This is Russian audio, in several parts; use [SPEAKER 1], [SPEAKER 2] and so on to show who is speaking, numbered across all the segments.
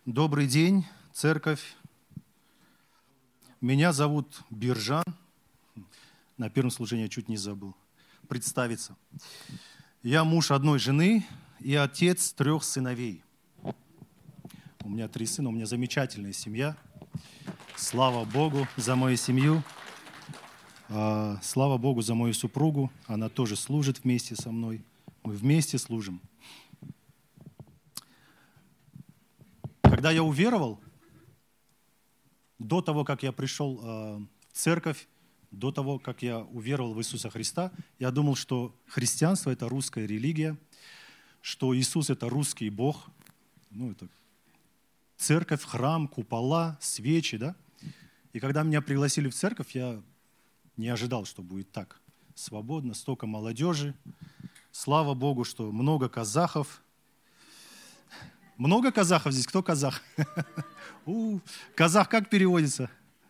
[SPEAKER 1] Добрый день, церковь. Меня зовут Биржан. На первом служении я чуть не забыл представиться. Я муж одной жены и отец 3 сыновей. У меня 3 сына, у меня замечательная семья. Слава Богу за мою семью. Слава Богу за мою супругу. Она тоже служит вместе со мной. Мы вместе служим. Когда я уверовал, до того, как я пришел в церковь, до того, как я уверовал в Иисуса Христа, я думал, что христианство – это русская религия, что Иисус – это русский Бог, это церковь, храм, купола, свечи, да? И когда меня пригласили в церковь, я не ожидал, что будет так свободно, столько молодежи. Слава Богу, что много казахов. Много казахов здесь? Кто казах? Казах как переводится?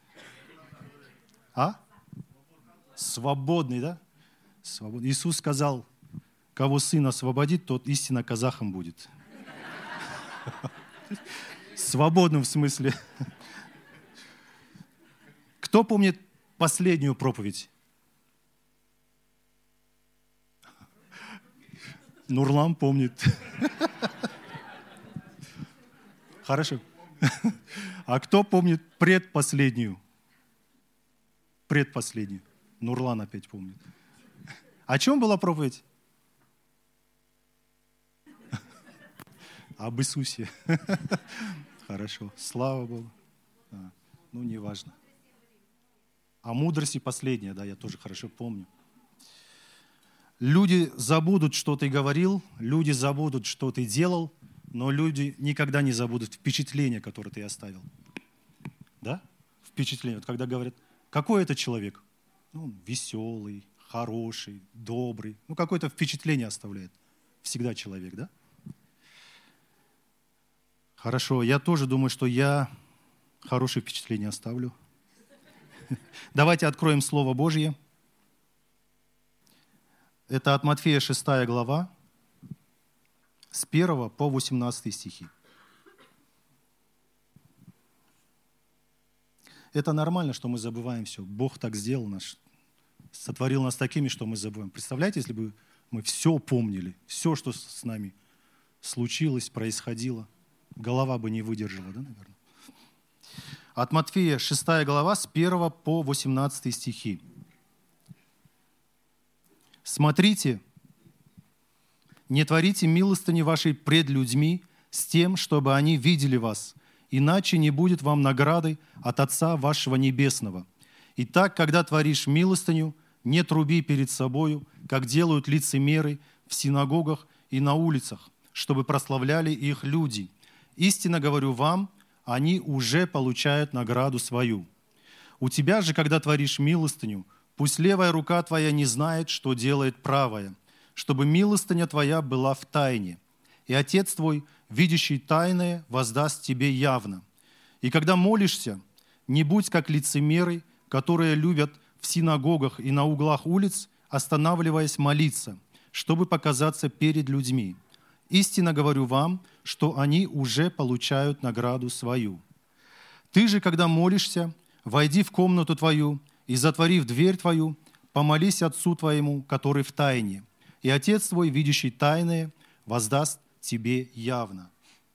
[SPEAKER 1] Свободный, да? Свободный. Иисус сказал, кого Сын освободит, тот истинно казахом будет. Свободным в смысле. Кто помнит последнюю проповедь? Нурлан помнит. Хорошо. А кто помнит предпоследнюю? Предпоследнюю. Нурлан опять помнит. О чем была проповедь? Об Иисусе. Хорошо. Слава Богу. Неважно. О мудрости последняя, да, я тоже хорошо помню. Люди забудут, что ты говорил, люди забудут, что ты делал, но люди никогда не забудут впечатление, которое ты оставил. Да? Впечатление. Вот когда говорят, какой это человек? Веселый, хороший, добрый. Какое-то впечатление оставляет. Всегда человек, да? Хорошо, я тоже думаю, что я хорошее впечатление оставлю. Давайте откроем Слово Божье. Это от Матфея 6 глава, с 1 по 18 стихи. Это нормально, что мы забываем все. Бог так сделал нас, сотворил нас такими, что мы забываем. Представляете, если бы мы все помнили, все, что с нами случилось, происходило, голова бы не выдержала, да, наверное? От Матфея 6 глава, с 1 по 18 стихи. «Смотрите, не творите милостыни вашей пред людьми с тем, чтобы они видели вас, иначе не будет вам награды от Отца вашего Небесного. Итак, когда творишь милостыню, не труби перед собою, как делают лицемеры в синагогах и на улицах, чтобы прославляли их люди. Истинно говорю вам, они уже получают награду свою. У тебя же, когда творишь милостыню, пусть левая рука твоя не знает, что делает правая, чтобы милостыня твоя была в тайне. И Отец твой, видящий тайное, воздаст тебе явно. И когда молишься, не будь как лицемеры, которые любят в синагогах и на углах улиц, останавливаясь молиться, чтобы показаться перед людьми. Истинно говорю вам, что они уже получают награду свою. Ты же, когда молишься, войди в комнату твою и, затворив дверь твою, помолись Отцу твоему, который в тайне, и Отец твой, видящий тайное, воздаст тебе явно.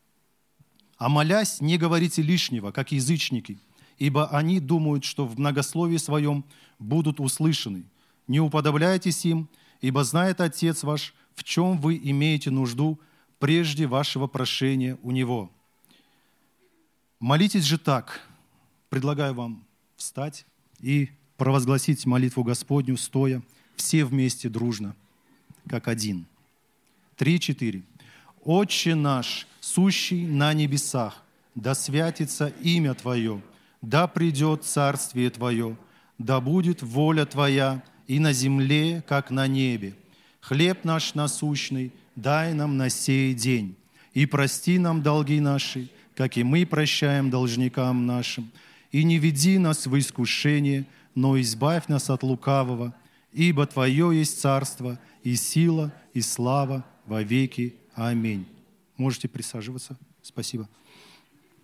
[SPEAKER 1] А молясь, не говорите лишнего, как язычники, ибо они думают, что в многословии своем будут услышаны. Не уподобляйтесь им, ибо знает Отец ваш, в чем вы имеете нужду прежде вашего прошения у Него. Молитесь же так. Предлагаю вам встать и провозгласить молитву Господню, стоя, все вместе дружно, как один. 3, 4. «Отче наш, сущий на небесах, да святится имя Твое, да придет царствие Твое, да будет воля Твоя и на земле, как на небе. Хлеб наш насущный дай нам на сей день, и прости нам долги наши, как и мы прощаем должникам нашим, и не веди нас в искушение, но избавь нас от лукавого, ибо Твое есть царство, и сила, и слава во веки. Аминь». Можете присаживаться. Спасибо.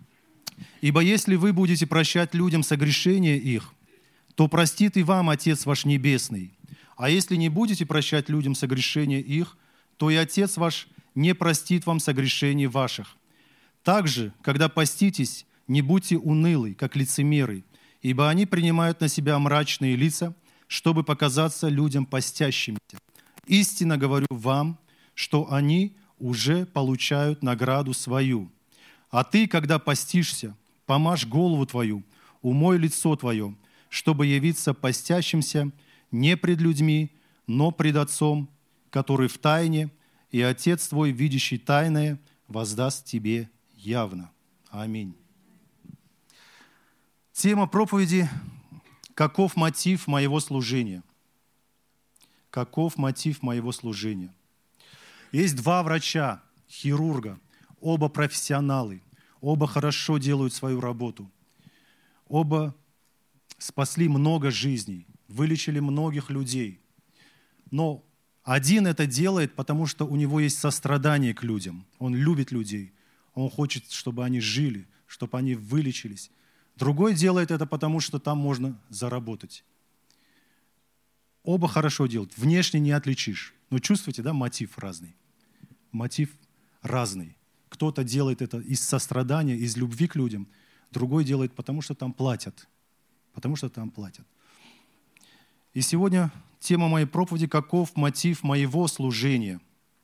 [SPEAKER 1] Ибо если вы будете прощать людям согрешения их, то простит и вам Отец ваш Небесный. А если не будете прощать людям согрешения их, то и Отец ваш не простит вам согрешений ваших. Также, когда поститесь, не будьте унылы, как лицемеры, ибо они принимают на себя мрачные лица, чтобы показаться людям постящимися. Истинно говорю вам, что они уже получают награду свою. А ты, когда постишься, помажь голову твою, умой лицо твое, чтобы явиться постящимся не пред людьми, но пред Отцом, который в тайне, и Отец твой, видящий тайное, воздаст тебе явно. Аминь. Тема проповеди «Каков мотив моего служения?» Каков мотив моего служения? Есть два врача, хирурга, оба профессионалы, оба хорошо делают свою работу, оба спасли много жизней, вылечили многих людей. Но один это делает, потому что у него есть сострадание к людям. Он любит людей. Он хочет, чтобы они жили, чтобы они вылечились. Другой делает это, потому что там можно заработать. Оба хорошо делают. Внешне не отличишь. Но чувствуете, да, мотив разный. Мотив разный. Кто-то делает это из сострадания, из любви к людям. Другой делает, потому что там платят. Потому что там платят. И сегодня тема моей проповеди «Каков мотив моего служения?».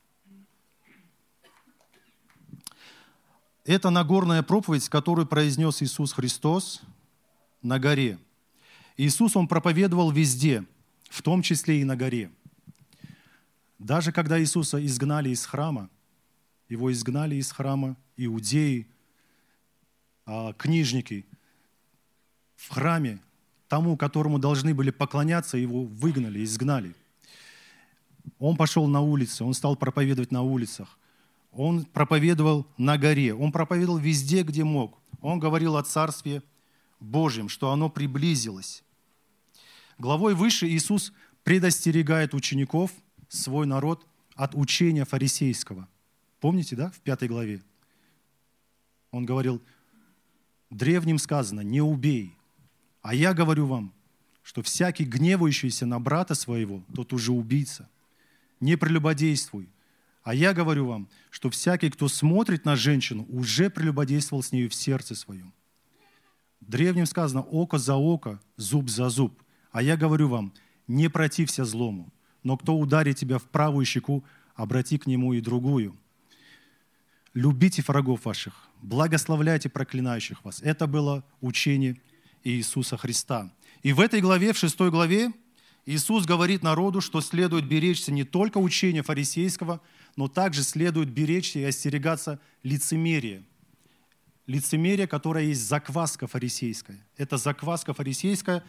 [SPEAKER 1] Это Нагорная проповедь, которую произнес Иисус Христос на горе. Иисус, Он проповедовал везде, в том числе и на горе. Даже когда Иисуса изгнали из храма, Его изгнали из храма иудеи, книжники в храме, тому, которому должны были поклоняться, Его выгнали, изгнали. Он пошел на улицы, Он стал проповедовать на улицах. Он проповедовал на горе, Он проповедовал везде, где мог. Он говорил о Царстве Божьем, что оно приблизилось. Главой выше Иисус предостерегает учеников, свой народ, от учения фарисейского. Помните, да, в 5 главе? Он говорил, древним сказано, не убей. А я говорю вам, что всякий гневающийся на брата своего, тот уже убийца. Не прелюбодействуй. А я говорю вам, что всякий, кто смотрит на женщину, уже прелюбодействовал с нею в сердце своем. Древним сказано, око за око, зуб за зуб. А я говорю вам, не протився злому, но кто ударит тебя в правую щеку, обрати к нему и другую. Любите врагов ваших, благословляйте проклинающих вас. Это было учение Иисуса Христа. И в этой главе, в 6 главе, Иисус говорит народу, что следует беречься не только учения фарисейского, но также следует беречься и остерегаться лицемерия. Лицемерие, которое есть закваска фарисейская. Это закваска фарисейская.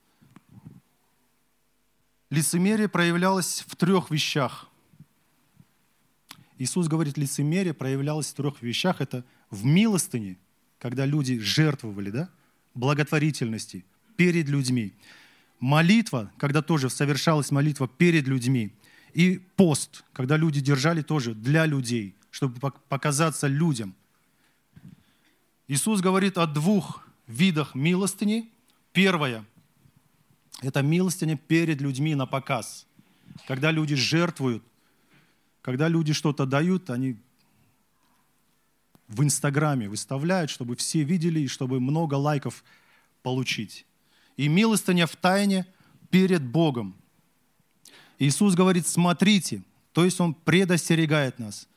[SPEAKER 1] Лицемерие проявлялось в 3 вещах. Иисус говорит, лицемерие проявлялось в 3 вещах. Это в милостыне, когда люди жертвовали, да, благотворительности перед людьми. Молитва, когда тоже совершалась молитва перед людьми. И пост, когда люди держали тоже для людей, чтобы показаться людям. Иисус говорит о 2 видах милостыни. Первое – это милостыня перед людьми на показ. Когда люди жертвуют, когда люди что-то дают, они в Инстаграме выставляют, чтобы все видели и чтобы много лайков получить. И милостыня в тайне перед Богом. Иисус говорит, смотрите, то есть Он предостерегает нас.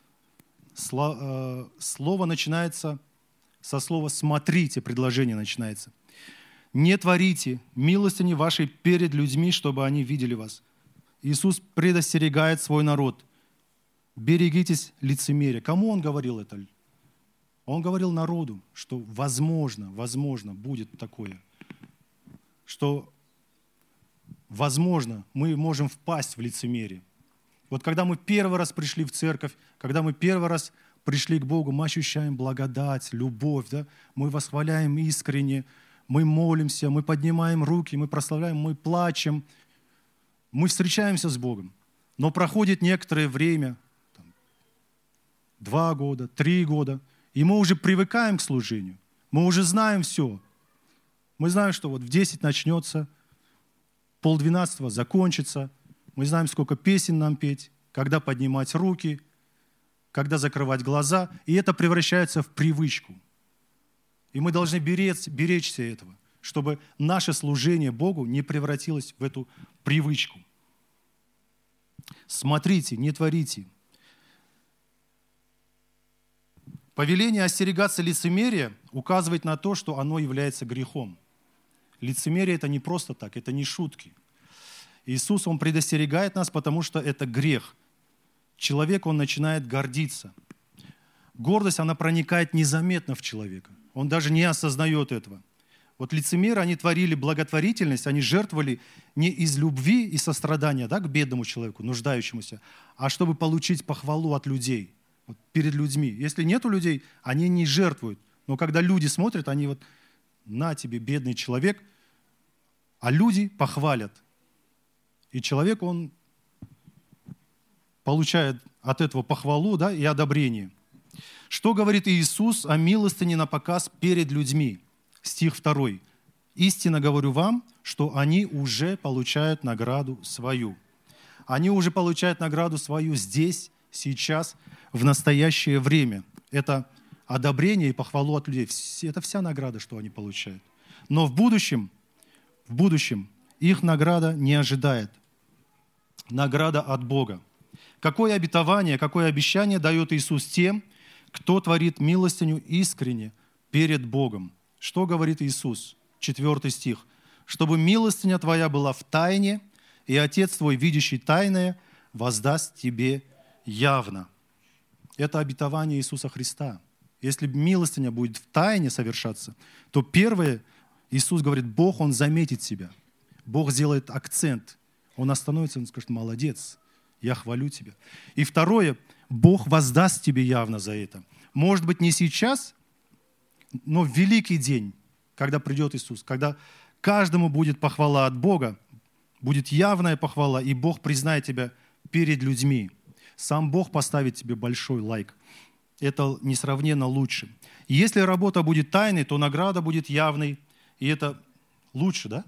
[SPEAKER 1] Слово начинается со слова «смотрите», предложение начинается. Не творите милостыни вашей перед людьми, чтобы они видели вас. Иисус предостерегает свой народ. Берегитесь лицемерия. Кому Он говорил это? Он говорил народу, что возможно будет такое, что возможно мы можем впасть в лицемерие. Вот когда мы первый раз пришли в церковь, когда мы первый раз пришли к Богу, мы ощущаем благодать, любовь, да? Мы восхваляем искренне, мы молимся, мы поднимаем руки, мы прославляем, мы плачем, мы встречаемся с Богом. Но проходит некоторое время, 2 года, 3 года, и мы уже привыкаем к служению. Мы уже знаем все. Мы знаем, что вот в 10 начнется, 11:30 закончится. Мы знаем, сколько песен нам петь, когда поднимать руки, когда закрывать глаза. И это превращается в привычку. И мы должны беречься этого, чтобы наше служение Богу не превратилось в эту привычку. Смотрите, не творите. Повеление остерегаться лицемерия указывает на то, что оно является грехом. Лицемерие – это не просто так, это не шутки. Иисус, Он предостерегает нас, потому что это грех. Человек, он начинает гордиться. Гордость, она проникает незаметно в человека. Он даже не осознает этого. Вот лицемеры, они творили благотворительность, они жертвовали не из любви и сострадания, да, к бедному человеку, нуждающемуся, а чтобы получить похвалу от людей, вот, перед людьми. Если нету людей, они не жертвуют. Но когда люди смотрят, они вот, на тебе, бедный человек, а люди похвалят. И человек, он получает от этого похвалу, да, и одобрение. Что говорит Иисус о милостыне на показ перед людьми? Стих 2. «Истинно говорю вам, что они уже получают награду свою». Они уже получают награду свою здесь, сейчас, в настоящее время. Это одобрение и похвалу от людей. Это вся награда, что они получают. Но в будущем их награда не ожидает. Награда от Бога. Какое обетование, какое обещание дает Иисус тем, кто творит милостыню искренне перед Богом? Что говорит Иисус? 4 стих. «Чтобы милостыня твоя была в тайне, и Отец твой, видящий тайное, воздаст тебе явно». Это обетование Иисуса Христа. Если милостыня будет в тайне совершаться, то первое, Иисус говорит, Бог, Он заметит себя. Бог сделает акцент. Он остановится, Он скажет, молодец, я хвалю тебя. И второе, Бог воздаст тебе явно за это. Может быть, не сейчас, но в великий день, когда придет Иисус, когда каждому будет похвала от Бога, будет явная похвала, и Бог признает тебя перед людьми. Сам Бог поставит тебе большой лайк. Это несравненно лучше. И если работа будет тайной, то награда будет явной, и это лучше, да?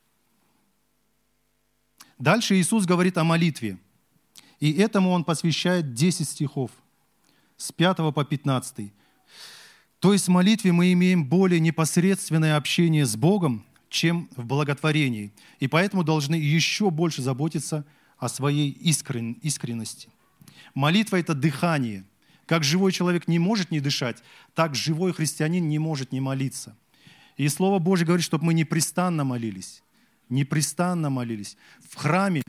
[SPEAKER 1] Дальше Иисус говорит о молитве. И этому Он посвящает 10 стихов, с 5 по 15. То есть в молитве мы имеем более непосредственное общение с Богом, чем в благотворении. И поэтому должны еще больше заботиться о своей искренности. Молитва – это дыхание. Как живой человек не может не дышать, так живой христианин не может не молиться. И Слово Божье говорит, чтобы мы непрестанно молились. Непрестанно молились. В храме,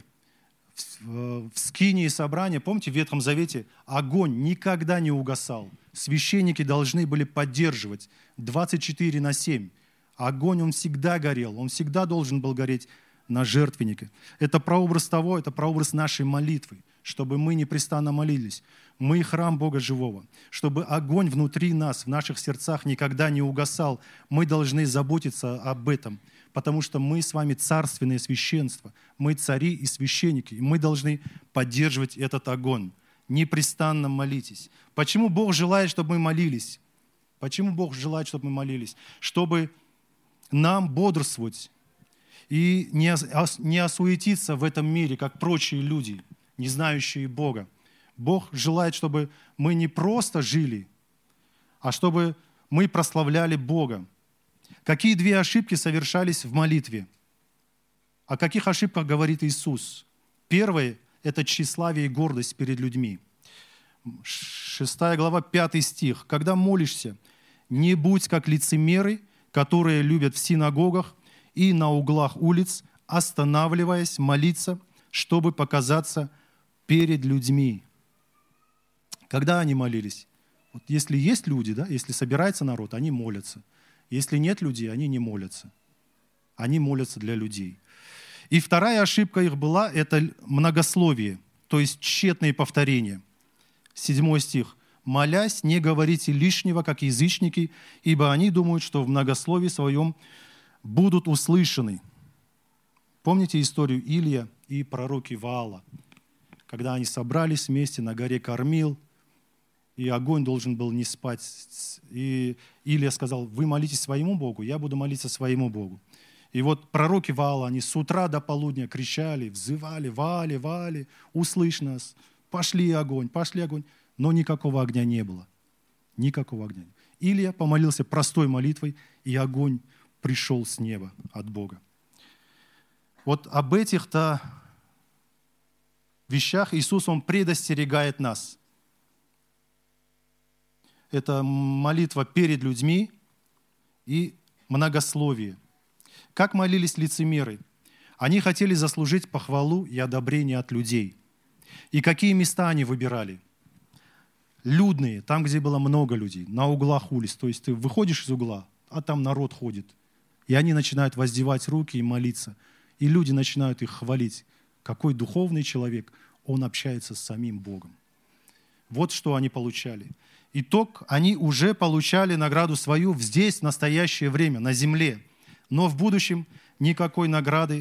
[SPEAKER 1] в скинии собрания, помните, в Ветхом Завете огонь никогда не угасал. Священники должны были поддерживать 24/7. Огонь, он всегда горел, он всегда должен был гореть на жертвеннике. Это прообраз того, это прообраз нашей молитвы, чтобы мы непрестанно молились. Мы храм Бога живого. Чтобы огонь внутри нас, в наших сердцах никогда не угасал. Мы должны заботиться об этом, потому что мы с вами царственное священство. Мы цари и священники, и мы должны поддерживать этот огонь. Непрестанно молитесь. Почему Бог желает, чтобы мы молились? Почему Бог желает, чтобы мы молились? Чтобы нам бодрствовать и не осуетиться в этом мире, как прочие люди, не знающие Бога. Бог желает, чтобы мы не просто жили, а чтобы мы прославляли Бога. Какие 2 ошибки совершались в молитве? О каких ошибках говорит Иисус? Первое – это тщеславие и гордость перед людьми. 6 глава, 5 стих. «Когда молишься, не будь как лицемеры, которые любят в синагогах и на углах улиц, останавливаясь молиться, чтобы показаться перед людьми». Когда они молились? Вот если есть люди, да, если собирается народ, они молятся. Если нет людей, они не молятся. Они молятся для людей. И вторая ошибка их была – это многословие, то есть тщетные повторения. 7 стих. «Молясь, не говорите лишнего, как язычники, ибо они думают, что в многословии своем будут услышаны». Помните историю Илия и пророки Ваала, когда они собрались вместе на горе Кармил, и огонь должен был не спать. И Илия сказал: вы молитесь своему Богу, я буду молиться своему Богу. И вот пророки Ваала, они с утра до полудня кричали, взывали: Ваале, услышь нас, пошли огонь, но никакого огня не было. Никакого огня. Илия помолился простой молитвой, и огонь пришел с неба от Бога. Вот об этих-то вещах Иисус, Он предостерегает нас. Это молитва перед людьми и многословие. Как молились лицемеры? Они хотели заслужить похвалу и одобрение от людей. И какие места они выбирали? Людные, там, где было много людей, на углах улиц. То есть ты выходишь из угла, а там народ ходит. И они начинают воздевать руки и молиться. И люди начинают их хвалить. Какой духовный человек, он общается с самим Богом. Вот что они получали. Итог, они уже получали награду свою здесь, в настоящее время, на земле. Но в будущем никакая награда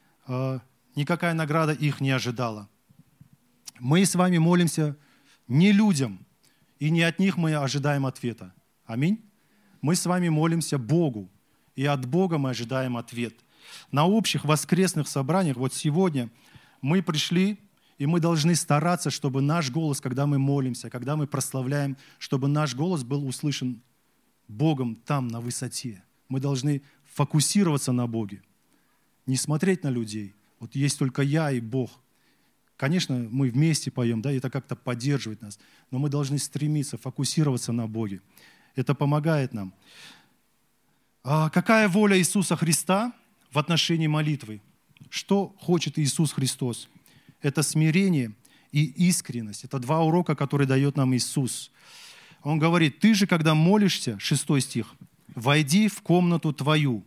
[SPEAKER 1] их не ожидала. Мы с вами молимся не людям, и не от них мы ожидаем ответа. Аминь. Мы с вами молимся Богу, и от Бога мы ожидаем ответ. На общих воскресных собраниях, вот сегодня мы пришли, и мы должны стараться, чтобы наш голос, когда мы молимся, когда мы прославляем, чтобы наш голос был услышан Богом там, на высоте. Мы должны фокусироваться на Боге, не смотреть на людей. Вот есть только я и Бог. Конечно, мы вместе поем, да, это как-то поддерживает нас, но мы должны стремиться фокусироваться на Боге. Это помогает нам. А какая воля Иисуса Христа в отношении молитвы? Что хочет Иисус Христос? Это смирение и искренность. Это два урока, которые дает нам Иисус. Он говорит: ты же, когда молишься, 6 стих, войди в комнату твою.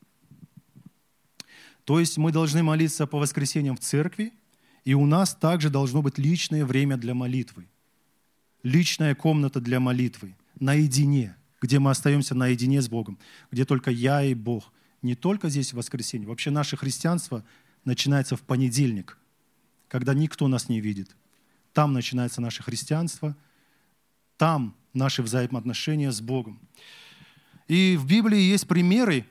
[SPEAKER 1] То есть мы должны молиться по воскресеньям в церкви, и у нас также должно быть личное время для молитвы. Личная комната для молитвы. Наедине, где мы остаемся наедине с Богом, где только я и Бог. Не только здесь в воскресенье. Вообще наше христианство начинается в понедельник, когда никто нас не видит. Там начинается наше христианство, там наши взаимоотношения с Богом. И в Библии есть примеры,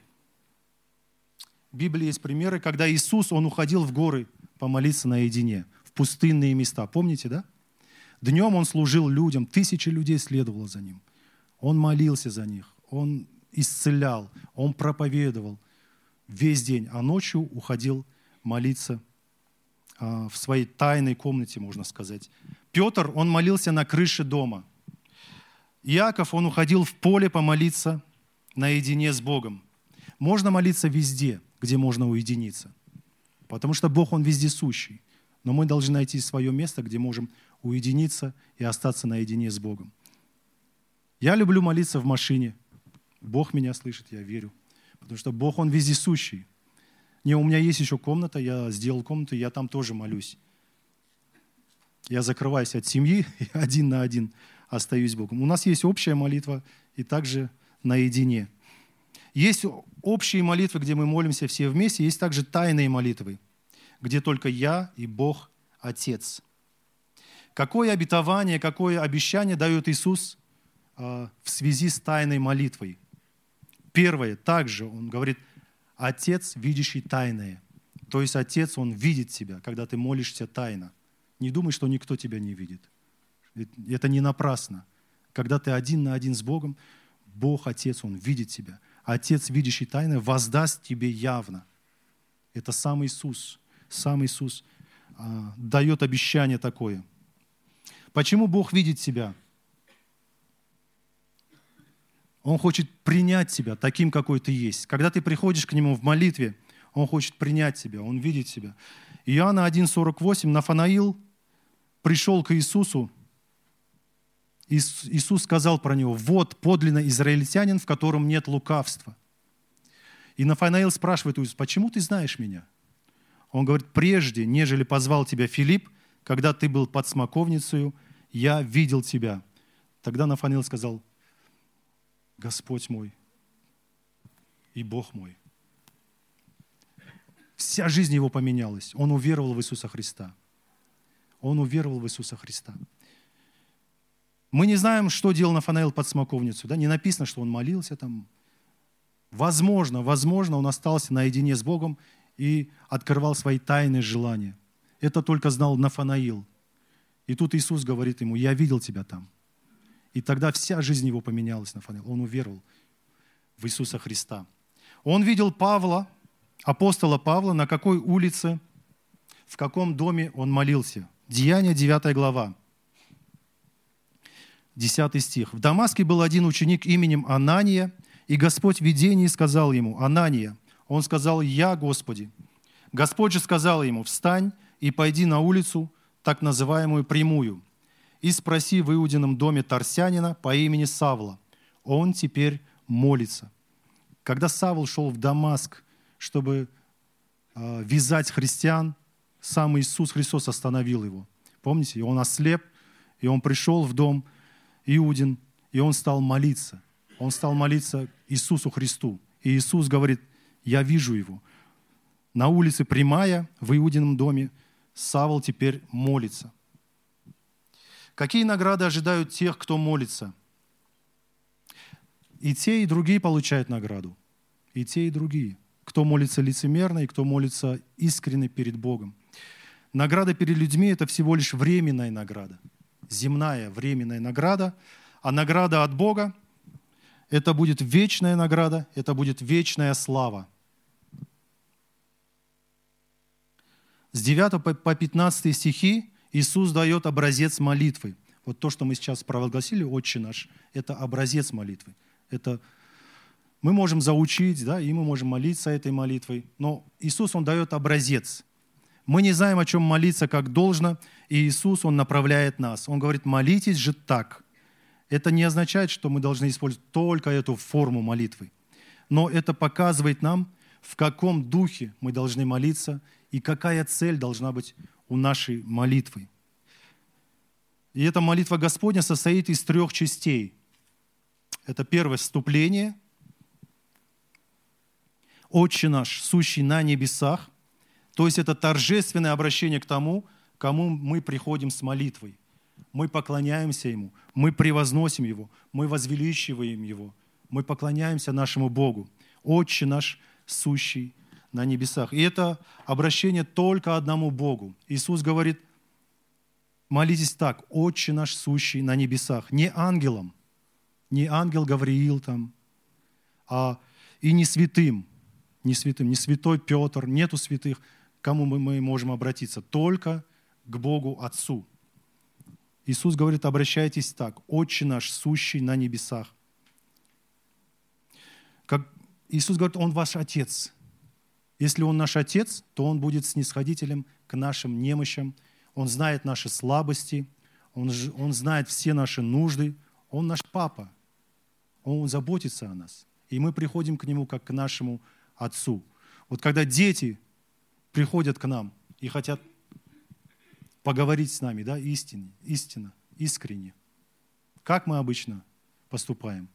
[SPEAKER 1] когда Иисус, Он уходил в горы помолиться наедине, в пустынные места. Помните, да? Днем Он служил людям, тысячи людей следовало за Ним. Он молился за них, Он исцелял, Он проповедовал весь день, а ночью уходил молиться в своей тайной комнате, можно сказать. Петр, он молился на крыше дома. Иаков, он уходил в поле помолиться наедине с Богом. Можно молиться везде, где можно уединиться. Потому что Бог, Он вездесущий. Но мы должны найти свое место, где можем уединиться и остаться наедине с Богом. Я люблю молиться в машине. Бог меня слышит, я верю. Потому что Бог, Он вездесущий. У меня есть еще комната, я сделал комнату, я там тоже молюсь. Я закрываюсь от семьи и один на один остаюсь с Богом. У нас есть общая молитва и также наедине. Есть общие молитвы, где мы молимся все вместе, есть также тайные молитвы, где только я и Бог Отец. Какое обетование, какое обещание дает Иисус в связи с тайной молитвой? Первое, также Он говорит: Отец, видящий тайное. То есть Отец, Он видит тебя, когда ты молишься тайно. Не думай, что никто тебя не видит. Это не напрасно. Когда ты один на один с Богом, Бог, Отец, Он видит тебя. Отец, видящий тайное, воздаст тебе явно. Это сам Иисус. Сам Иисус дает обещание такое. Почему Бог видит тебя? Он хочет принять тебя таким, какой ты есть. Когда ты приходишь к Нему в молитве, Он хочет принять тебя, Он видит тебя. Иоанна 1,48, Нафанаил пришел к Иисусу. Иисус сказал про него: вот подлинно израильтянин, в котором нет лукавства. И Нафанаил спрашивает Иисуса: почему ты знаешь меня? Он говорит: прежде, нежели позвал тебя Филипп, когда ты был под смоковницею, я видел тебя. Тогда Нафанаил сказал: Господь мой и Бог мой. Вся жизнь его поменялась. Он уверовал в Иисуса Христа. Он уверовал в Иисуса Христа. Мы не знаем, что делал Нафанаил под смоковницу. Да? Не написано, что он молился там. Возможно, он остался наедине с Богом и открывал свои тайные желания. Это только знал Нафанаил. И тут Иисус говорит ему: «Я видел тебя там». И тогда вся жизнь его поменялась, Нафанаил. Он уверовал в Иисуса Христа. Он видел Павла, апостола Павла, на какой улице, в каком доме он молился. Деяния, 9 глава, 10 стих. «В Дамаске был один ученик именем Анания, и Господь в видении сказал ему: Анания. Он сказал: Я, Господи. Господь же сказал ему: Встань и пойди на улицу, так называемую Прямую, и спроси в Иудином доме Тарсянина по имени Савла. Он теперь молится». Когда Савл шел в Дамаск, чтобы вязать христиан, сам Иисус Христос остановил его. Помните? И он ослеп, и он пришел в дом Иудин, и он стал молиться. Он стал молиться Иисусу Христу. И Иисус говорит: «Я вижу его». На улице Прямая, в Иудином доме, Савл теперь молится. Какие награды ожидают тех, кто молится? И те, и другие получают награду. И те, и другие. Кто молится лицемерно, и кто молится искренне перед Богом. Награда перед людьми – это всего лишь временная награда. Земная временная награда. А награда от Бога – это будет вечная награда, это будет вечная слава. С 9 по 15 стихи Иисус дает образец молитвы. Вот то, что мы сейчас провозгласили, «Отче наш», это образец молитвы. Это мы можем заучить, да, и мы можем молиться этой молитвой, но Иисус, Он дает образец. Мы не знаем, о чем молиться как должно, и Иисус, Он направляет нас. Он говорит: молитесь же так. Это не означает, что мы должны использовать только эту форму молитвы, но это показывает нам, в каком духе мы должны молиться и какая цель должна быть у нашей молитвы. И эта молитва Господня состоит из 3 частей. Это первое — вступление. «Отче наш, сущий на небесах». То есть это торжественное обращение к тому, кому мы приходим с молитвой. Мы поклоняемся Ему, мы превозносим Его, мы возвеличиваем Его, мы поклоняемся нашему Богу. «Отче наш, сущий на небесах». И это обращение только одному Богу. Иисус говорит: молитесь так: «Отче наш, сущий на небесах». Не ангелом, не ангел Гавриил там, и не святым, не святой Петр, нету святых, к кому мы можем обратиться, только к Богу Отцу. Иисус говорит: обращайтесь так: «Отче наш, сущий на небесах». Как Иисус говорит: Он ваш Отец. Если Он наш Отец, то Он будет снисходителем к нашим немощам. Он знает наши слабости, Он знает все наши нужды. Он наш Папа. Он заботится о нас. И мы приходим к Нему как к нашему Отцу. Вот когда дети приходят к нам и хотят поговорить с нами, да, истинно, искренне, как мы обычно поступаем?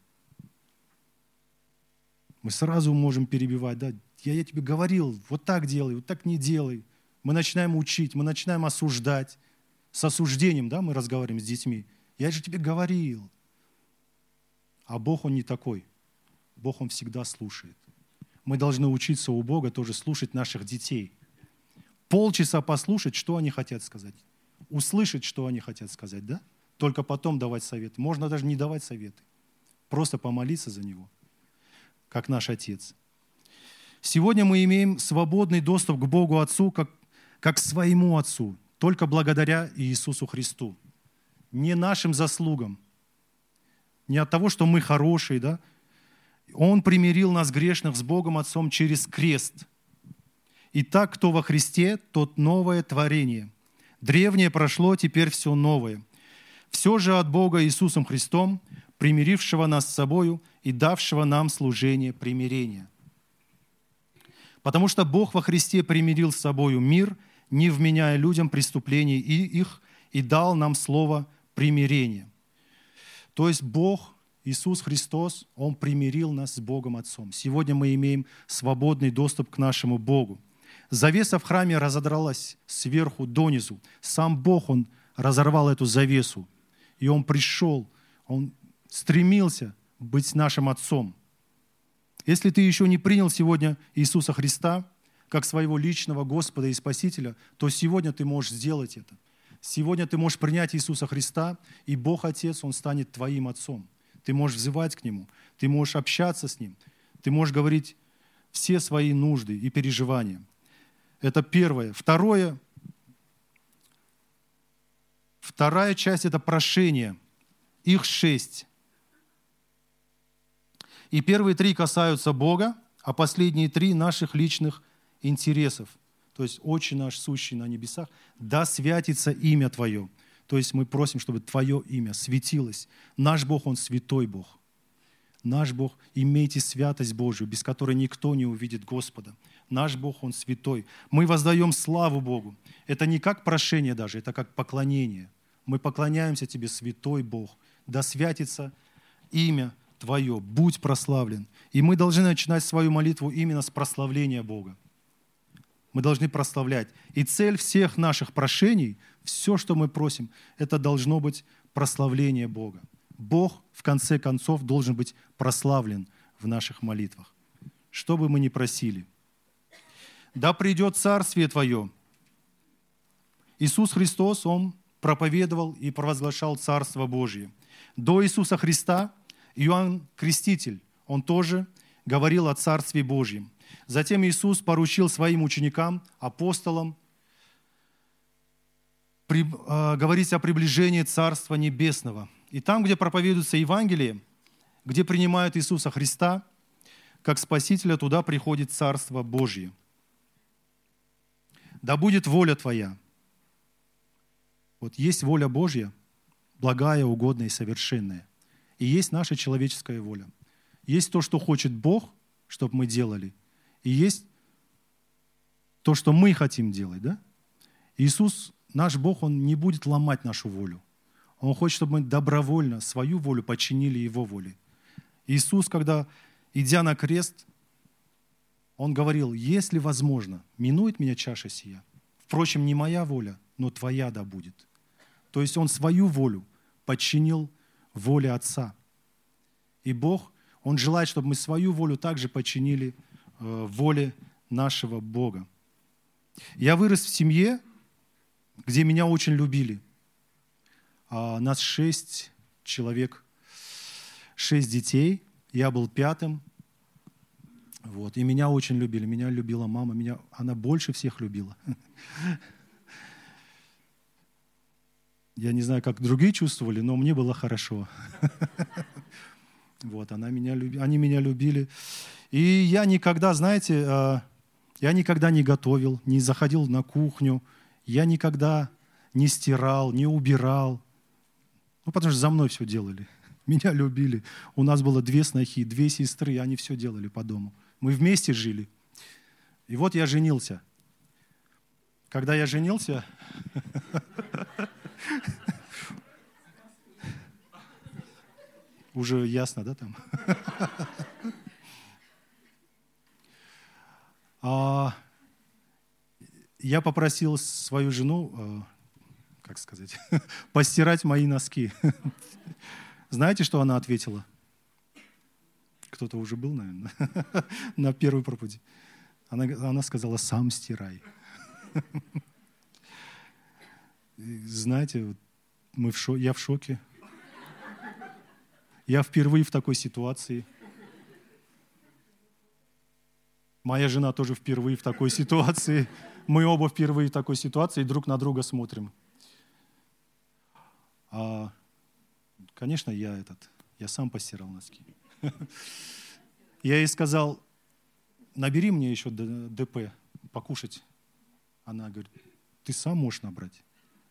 [SPEAKER 1] Мы сразу можем перебивать: да, я тебе говорил, вот так делай, вот так не делай. Мы начинаем учить, мы начинаем осуждать. С осуждением, да, мы разговариваем с детьми. Я же тебе говорил. А Бог, Он не такой. Бог, Он всегда слушает. Мы должны учиться у Бога тоже слушать наших детей. Полчаса послушать, что они хотят сказать. Услышать, что они хотят сказать, да? Только потом давать советы. Можно даже не давать советы. Просто помолиться за него, как наш Отец. Сегодня мы имеем свободный доступ к Богу Отцу, как к своему Отцу, только благодаря Иисусу Христу. Не нашим заслугам, не от того, что мы хорошие, да? Он примирил нас, грешных, с Богом Отцом через крест. Итак, кто во Христе, тот новое творение. Древнее прошло, теперь все новое. Все же от Бога Иисусом Христом, примирившего нас с собою и давшего нам служение примирения. Потому что Бог во Христе примирил с собою мир, не вменяя людям преступлений их, и дал нам слово примирения. То есть Бог, Иисус Христос, Он примирил нас с Богом Отцом. Сегодня мы имеем свободный доступ к нашему Богу. Завеса в храме разодралась сверху донизу. Сам Бог, Он разорвал эту завесу. И Он пришел, Он стремился быть нашим Отцом. Если ты еще не принял сегодня Иисуса Христа как своего личного Господа и Спасителя, то сегодня ты можешь сделать это. Сегодня ты можешь принять Иисуса Христа, и Бог Отец, Он станет твоим Отцом. Ты можешь взывать к Нему, ты можешь общаться с Ним, ты можешь говорить все свои нужды и переживания. Это первое. Вторая часть – это прошение. Их 6. И первые 3 касаются Бога, а последние 3 – наших личных интересов. То есть «Отче наш, сущий на небесах, да святится имя Твое». То есть мы просим, чтобы Твое имя светилось. Наш Бог, Он святой Бог. Наш Бог, имейте святость Божию, без которой никто не увидит Господа. Наш Бог, Он святой. Мы воздаем славу Богу. Это не как прошение даже, это как поклонение. Мы поклоняемся Тебе, святой Бог. Да святится имя Твое, будь прославлен. И мы должны начинать свою молитву именно с прославления Бога. Мы должны прославлять. И цель всех наших прошений, все, что мы просим, это должно быть прославление Бога. Бог, в конце концов, должен быть прославлен в наших молитвах. Что бы мы ни просили. Да придет Царствие Твое. Иисус Христос, Он проповедовал и провозглашал Царство Божие. До Иисуса Христа Иоанн Креститель, он тоже говорил о Царстве Божьем. Затем Иисус поручил своим ученикам, апостолам, говорить о приближении Царства Небесного. И там, где проповедуется Евангелие, где принимают Иисуса Христа как Спасителя, туда приходит Царство Божье. Да будет воля Твоя. Вот есть воля Божья, благая, угодная и совершенная. И есть наша человеческая воля. Есть то, что хочет Бог, чтобы мы делали. И есть то, что мы хотим делать. Да? Иисус, наш Бог, Он не будет ломать нашу волю. Он хочет, чтобы мы добровольно свою волю подчинили Его воле. Иисус, когда, идя на крест, Он говорил: если возможно, минует меня чаша сия. Впрочем, не моя воля, но Твоя да будет. То есть Он свою волю подчинил воле Отца. И Бог, Он желает, чтобы мы свою волю также подчинили воле нашего Бога. Я вырос в семье, где меня очень любили. Нас 6 человек, 6 детей. Я был 5-м. Вот. И меня очень любили. Меня любила мама. Она больше всех любила. Я не знаю, как другие чувствовали, но мне было хорошо. Вот, они меня любили. И я никогда, знаете, я никогда не готовил, не заходил на кухню. Я никогда не стирал, не убирал. Потому что за мной все делали. Меня любили. У нас было 2 снохи, 2 сестры, и они все делали по дому. Мы вместе жили. И вот я женился. Когда я женился... Уже ясно, да, там? Я попросил свою жену, как сказать, постирать мои носки. Знаете, что она ответила? Кто-то уже был, наверное, на первой проповеди. Она сказала: сам стирай. Знаете, я в шоке. Я впервые в такой ситуации. Моя жена тоже впервые в такой ситуации. Мы оба впервые в такой ситуации, друг на друга смотрим. Конечно, я сам постирал носки. Я ей сказал: набери мне еще ДП, покушать. Она говорит: ты сам можешь набрать.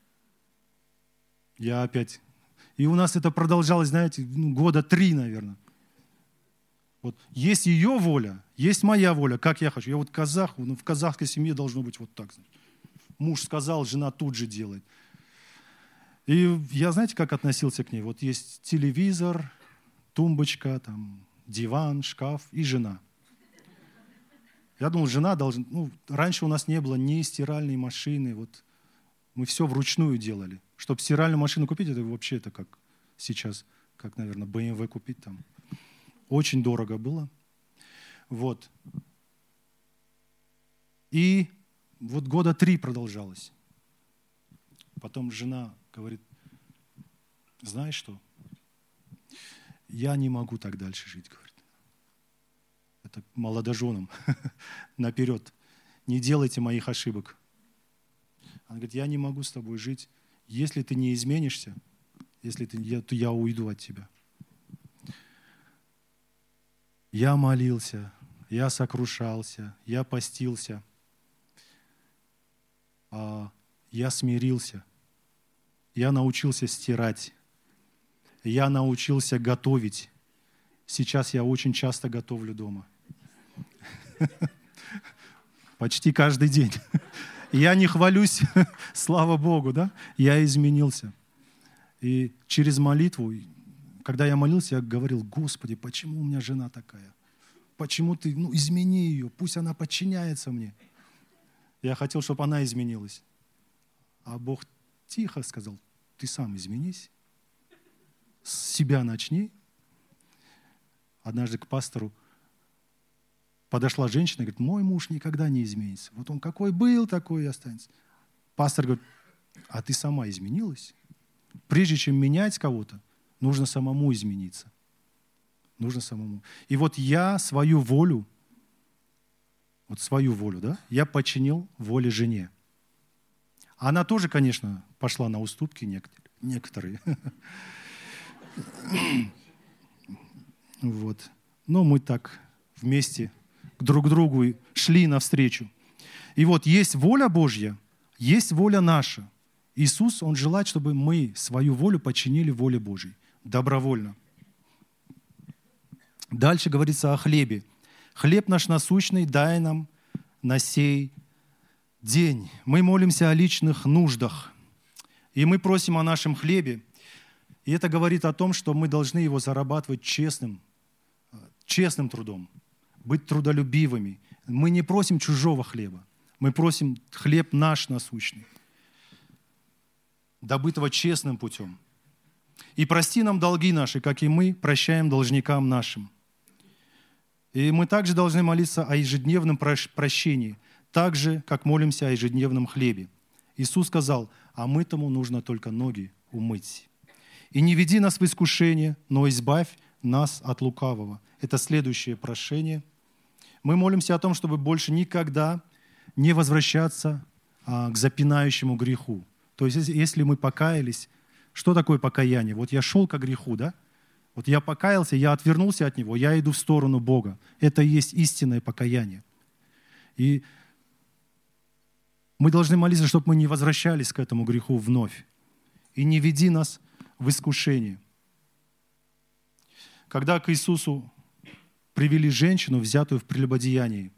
[SPEAKER 1] Я опять... И у нас это продолжалось, знаете, 3 года, наверное. Вот есть ее воля, есть моя воля, как я хочу. Я вот казах, в казахской семье должно быть вот так. Муж сказал, жена тут же делает. И я, знаете, как относился к ней? Вот есть телевизор, тумбочка, там, диван, шкаф и жена. Я думал, жена должна... раньше у нас не было ни стиральной машины, вот Мы все вручную делали. Чтобы стиральную машину купить, это вообще это как сейчас, как, наверное, BMW купить там. Очень дорого было. Вот. И вот 3 года продолжалось. Потом жена говорит, знаешь что, я не могу так дальше жить, говорит. Это молодоженам наперед. Не делайте моих ошибок. Она говорит, я не могу с тобой жить. Если ты не изменишься, то я уйду от тебя. Я молился, я сокрушался, я постился, я смирился, я научился стирать, я научился готовить. Сейчас я очень часто готовлю дома. Почти каждый день. Я не хвалюсь, слава Богу, да? Я изменился. И через молитву, когда я молился, я говорил, Господи, почему у меня жена такая? Почему ты, измени ее, пусть она подчиняется мне. Я хотел, чтобы она изменилась. А Бог тихо сказал, ты сам изменись, с себя начни. Однажды к пастору подошла женщина и говорит, мой муж никогда не изменится. Вот он какой был, такой и останется. Пастор говорит, а ты сама изменилась? Прежде чем менять кого-то, нужно самому измениться. Нужно самому. И вот я свою волю, да, я подчинил воле жене. Она тоже, конечно, пошла на уступки некоторые. Вот. Но мы так вместе друг к другу шли навстречу. И вот есть воля Божья, есть воля наша. Иисус, Он желает, чтобы мы свою волю подчинили воле Божьей. Добровольно. Дальше говорится о хлебе. Хлеб наш насущный дай нам на сей день. Мы молимся о личных нуждах. И мы просим о нашем хлебе. И это говорит о том, что мы должны его зарабатывать честным трудом. Быть трудолюбивыми. Мы не просим чужого хлеба. Мы просим хлеб наш насущный, добытого честным путем. И прости нам долги наши, как и мы прощаем должникам нашим. И мы также должны молиться о ежедневном прощении, так же, как молимся о ежедневном хлебе. Иисус сказал, а мытому нужно только ноги умыть. И не веди нас в искушение, но избавь нас от лукавого. Это следующее прошение. Мы молимся о том, чтобы больше никогда не возвращаться к запинающему греху. То есть, если мы покаялись, что такое покаяние? Вот я шел ко греху, да? Вот я покаялся, я отвернулся от него, я иду в сторону Бога. Это и есть истинное покаяние. И мы должны молиться, чтобы мы не возвращались к этому греху вновь. И не веди нас в искушение. Когда к Иисусу привели женщину, взятую в прелюбодеянии,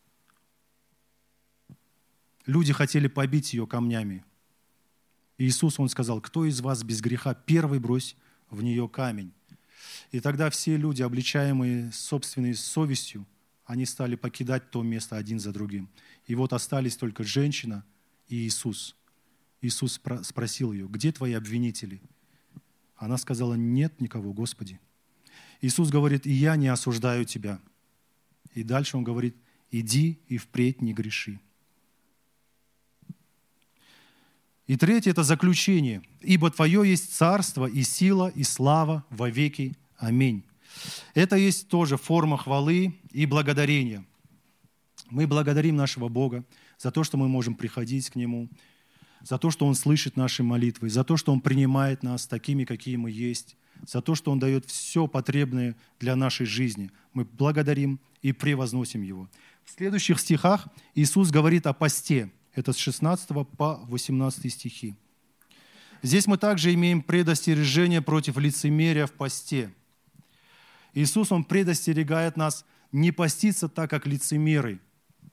[SPEAKER 1] люди хотели побить ее камнями. И Иисус, Он сказал, кто из вас без греха, первый брось в нее камень. И тогда все люди, обличаемые собственной совестью, они стали покидать то место один за другим. И вот остались только женщина и Иисус. Иисус спросил ее, где твои обвинители? Она сказала, нет никого, Господи. Иисус говорит, и я не осуждаю тебя. И дальше Он говорит, иди и впредь не греши. И третье – это заключение. «Ибо Твое есть царство и сила и слава во веки. Аминь». Это есть тоже форма хвалы и благодарения. Мы благодарим нашего Бога за то, что мы можем приходить к Нему, за то, что Он слышит наши молитвы, за то, что Он принимает нас такими, какие мы есть, за то, что Он дает все потребное для нашей жизни. Мы благодарим и превозносим Его. В следующих стихах Иисус говорит о посте. Это с 16 по 18 стихи. Здесь мы также имеем предостережение против лицемерия в посте. Иисус, Он предостерегает нас не поститься так, как лицемеры.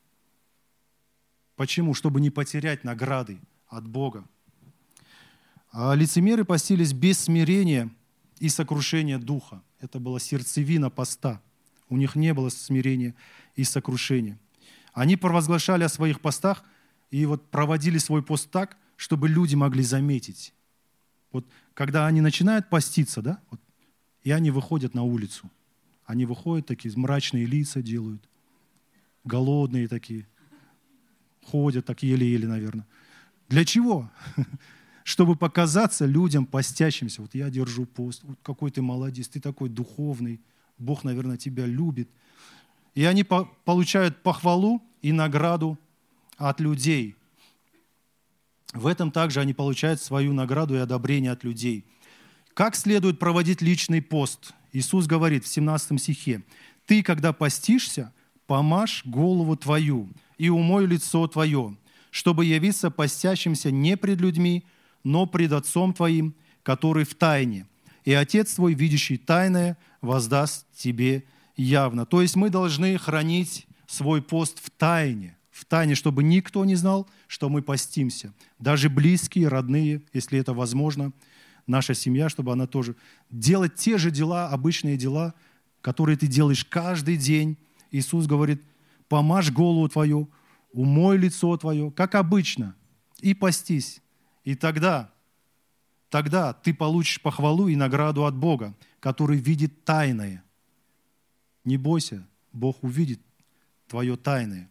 [SPEAKER 1] Почему? Чтобы не потерять награды от Бога. А лицемеры постились без смирения и сокрушения духа. Это была сердцевина поста. У них не было смирения и сокрушения. Они провозглашали о своих постах и вот проводили свой пост так, чтобы люди могли заметить. Вот когда они начинают поститься, да, вот, и они выходят на улицу. Они выходят, такие мрачные лица делают, голодные такие, ходят так еле-еле, наверное. Для чего? Чтобы показаться людям постящимся. Вот я держу пост, вот какой ты молодец, ты такой духовный, Бог, наверное, тебя любит. И они получают похвалу и награду от людей. В этом также они получают свою награду и одобрение от людей. Как следует проводить личный пост? Иисус говорит в 17 стихе: «Ты, когда постишься, помажь голову твою и умой лицо твое, чтобы явиться постящимся не пред людьми, но пред Отцом твоим, который в тайне. И Отец твой, видящий тайное, воздаст тебе явно». То есть мы должны хранить свой пост в тайне, чтобы никто не знал, что мы постимся. Даже близкие, родные, если это возможно, наша семья, чтобы она тоже делать те же дела, обычные дела, которые ты делаешь каждый день. Иисус говорит: помажь голову твою, умой лицо твое, как обычно, и постись. И тогда ты получишь похвалу и награду от Бога, который видит тайное. Не бойся, Бог увидит твое тайное.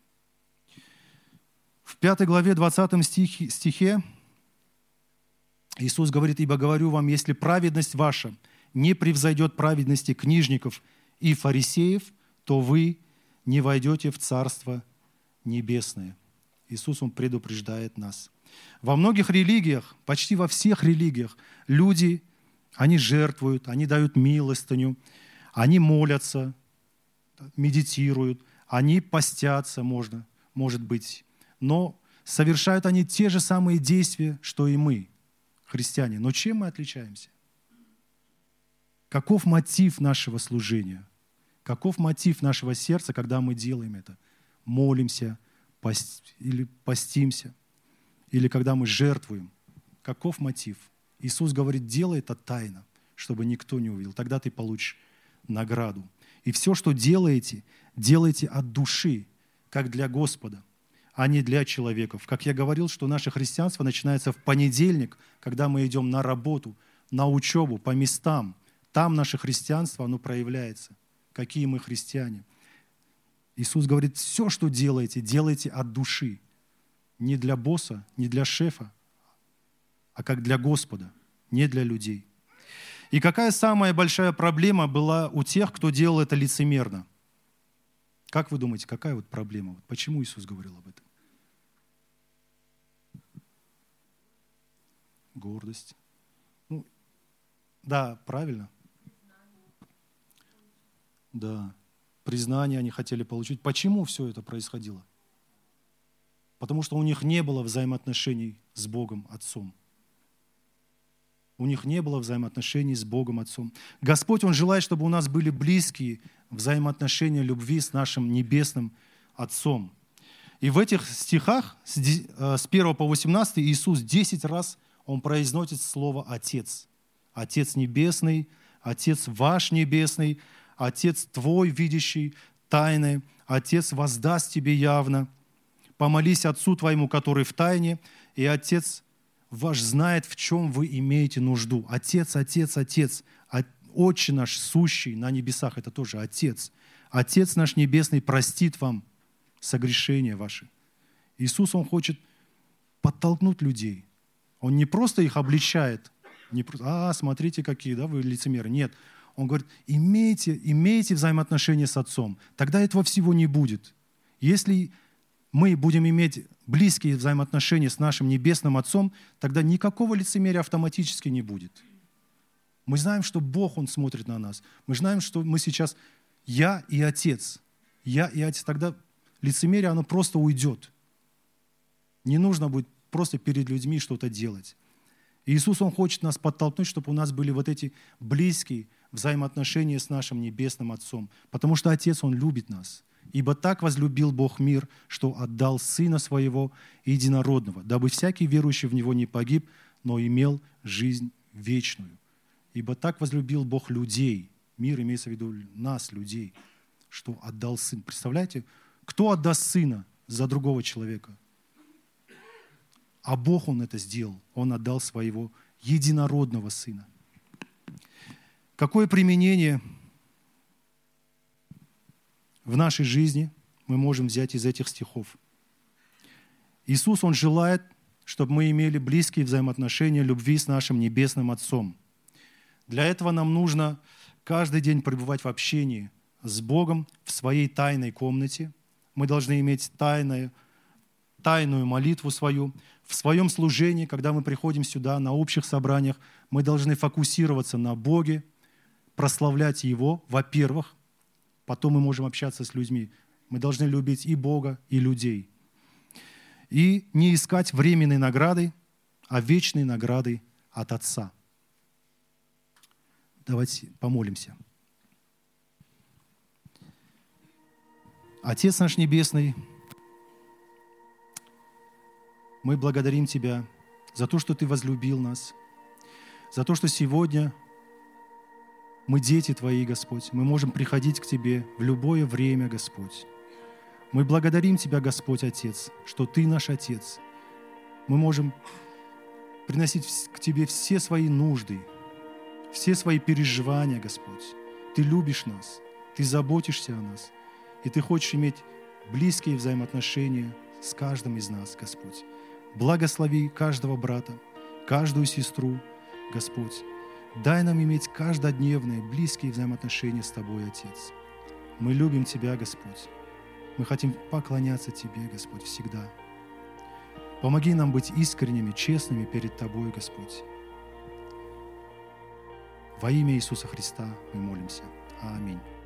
[SPEAKER 1] В 5 главе 20 стихе Иисус говорит: «Ибо говорю вам, если праведность ваша не превзойдет праведности книжников и фарисеев, то вы не войдете в Царство Небесное». Иисус, Он предупреждает нас. Во многих религиях, почти во всех религиях, люди, они жертвуют, они дают милостыню, они молятся, медитируют, они постятся, может быть, но совершают они те же самые действия, что и мы, христиане. Но чем мы отличаемся? Каков мотив нашего служения? Каков мотив нашего сердца, когда мы делаем это? Молимся или постимся, или когда мы жертвуем? Каков мотив? Иисус говорит: делай это тайно, чтобы никто не увидел. Тогда ты получишь награду. И все, что делаете, делайте от души, как для Господа, а не для человеков. Как я говорил, что наше христианство начинается в понедельник, когда мы идем на работу, на учебу, по местам. Там наше христианство, оно проявляется. Какие мы христиане. Иисус говорит: все, что делаете, делайте от души. Не для босса, не для шефа, а как для Господа, не для людей. И какая самая большая проблема была у тех, кто делал это лицемерно? Как вы думаете, какая вот проблема? Почему Иисус говорил об этом? Гордость. Да, правильно. Да, признание они хотели получить. Почему все это происходило? Потому что у них не было взаимоотношений с Богом Отцом. У них не было взаимоотношений с Богом Отцом. Господь, Он желает, чтобы у нас были близкие взаимоотношения любви с нашим Небесным Отцом. И в этих стихах с 1 по 18 Иисус 10 раз Он произносит слово «Отец». Отец Небесный, Отец ваш Небесный, Отец твой, видящий тайны, Отец воздаст тебе явно. Помолись Отцу твоему, который в тайне, и Отец ваш знает, в чем вы имеете нужду. Отец, Отец, Отец. Отче наш, сущий на небесах, это тоже Отец. Отец наш Небесный простит вам согрешения ваши. Иисус, Он хочет подтолкнуть людей. Он не просто их обличает, не просто: смотрите, какие, да, вы лицемеры. Нет. Он говорит: имейте взаимоотношения с Отцом. Тогда этого всего не будет. Если мы будем иметь близкие взаимоотношения с нашим Небесным Отцом, тогда никакого лицемерия автоматически не будет. Мы знаем, что Бог, Он смотрит на нас. Мы знаем, что мы сейчас я и Отец. Я и Отец. Тогда лицемерие, оно просто уйдет. Не нужно будет просто перед людьми что-то делать. И Иисус, Он хочет нас подтолкнуть, чтобы у нас были вот эти близкие взаимоотношения с нашим Небесным Отцом. Потому что Отец, Он любит нас. «Ибо так возлюбил Бог мир, что отдал Сына Своего Единородного, дабы всякий верующий в Него не погиб, но имел жизнь вечную». Ибо так возлюбил Бог людей, мир имеется в виду нас, людей, что отдал Сына. Представляете, кто отдаст Сына за другого человека? А Бог, Он это сделал. Он отдал Своего единородного Сына. Какое применение в нашей жизни мы можем взять из этих стихов? Иисус, Он желает, чтобы мы имели близкие взаимоотношения любви с нашим Небесным Отцом. Для этого нам нужно каждый день пребывать в общении с Богом в своей тайной комнате. Мы должны иметь тайную молитву свою. В своем служении, когда мы приходим сюда, на общих собраниях, мы должны фокусироваться на Боге, прославлять Его, во-первых. Потом мы можем общаться с людьми. Мы должны любить и Бога, и людей. И не искать временной награды, а вечной награды от Отца. Давайте помолимся. Отец наш Небесный, мы благодарим Тебя за то, что Ты возлюбил нас, за то, что сегодня мы дети Твои, Господь. Мы можем приходить к Тебе в любое время, Господь. Мы благодарим Тебя, Господь, Отец, что Ты наш Отец. Мы можем приносить к Тебе все свои нужды, все свои переживания, Господь. Ты любишь нас, Ты заботишься о нас, и Ты хочешь иметь близкие взаимоотношения с каждым из нас, Господь. Благослови каждого брата, каждую сестру, Господь. Дай нам иметь каждодневные, близкие взаимоотношения с Тобой, Отец. Мы любим Тебя, Господь. Мы хотим поклоняться Тебе, Господь, всегда. Помоги нам быть искренними, честными перед Тобой, Господь. Во имя Иисуса Христа мы молимся. Аминь.